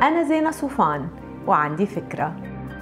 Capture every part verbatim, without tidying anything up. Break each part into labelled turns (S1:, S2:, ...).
S1: أنا زينة صوفان وعندي فكرة.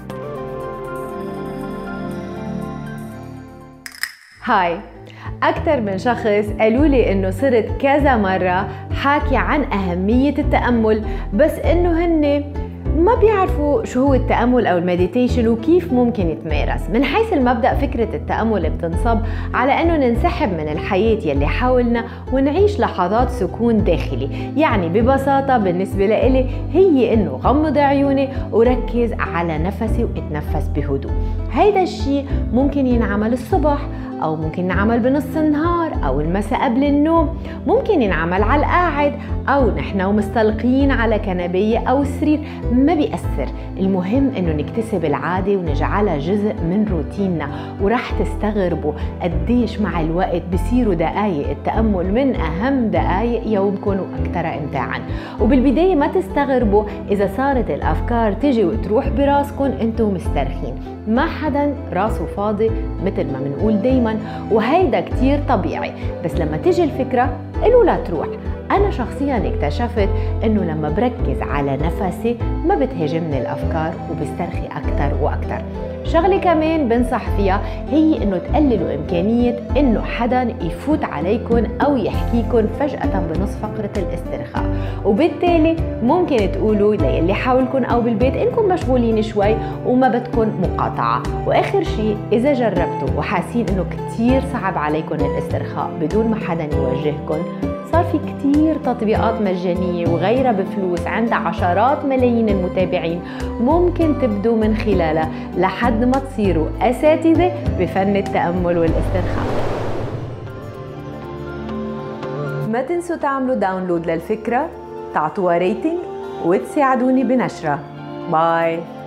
S1: هاي، أكثر من شخص قالوا لي إنه صرت كذا مرة حاكي عن أهمية التأمل، بس إنه هن ما بيعرفوا شو هو التأمل أو المديتيشن وكيف ممكن يتمارس. من حيث المبدأ فكرة التأمل بتنصب على أنه ننسحب من الحياة يلي حولنا ونعيش لحظات سكون داخلي. يعني ببساطة بالنسبة لإلي هي أنه غمض عيوني وركز على نفسي واتنفس بهدوء. هيدا الشيء ممكن ينعمل الصبح أو ممكن نعمل بنص النهار أو المساء قبل النوم، ممكن ينعمل على القاعد أو نحن ومستلقيين على كنبية أو سرير، ما بيأثر. المهم إنه نكتسب العادة ونجعلها جزء من روتيننا، ورح تستغربوا قديش مع الوقت بصيروا دقايق التأمل من أهم دقايق يومكم وأكثر إمتاعا. وبالبداية ما تستغربوا إذا صارت الأفكار تجي وتروح براسكم أنتم مسترخين، ما حدا راسه فاضي مثل ما بنقول دايما، وهيدا كتير طبيعي. بس لما تجي الفكرة قالوا لا تروح. أنا شخصياً اكتشفت إنه لما بركز على نفسي ما بتهاجمني الأفكار وبسترخي أكتر وأكتر. شغلة كمان بنصح فيها هي إنه تقللوا إمكانية إنه حدا يفوت عليكم أو يحكيكم فجأة بنص فقرة الاسترخاء، وبالتالي ممكن تقولوا للي حولكم أو بالبيت إنكم مشغولين شوي وما بدكم مقاطعة. وآخر شيء، إذا جربتوا وحاسين إنه كتير صعب عليكم الاسترخاء بدون ما حدا يوجهكم، صار في كتير تطبيقات مجانية وغيرها بفلوس عند عشرات ملايين المتابعين ممكن تبدوا من خلالها لحد ما تصيروا أساتذة بفن التأمل والاسترخاء. ما تنسوا تعملوا داونلود للفكرة، تعطوها ريتنج وتساعدوني بنشرها. باي.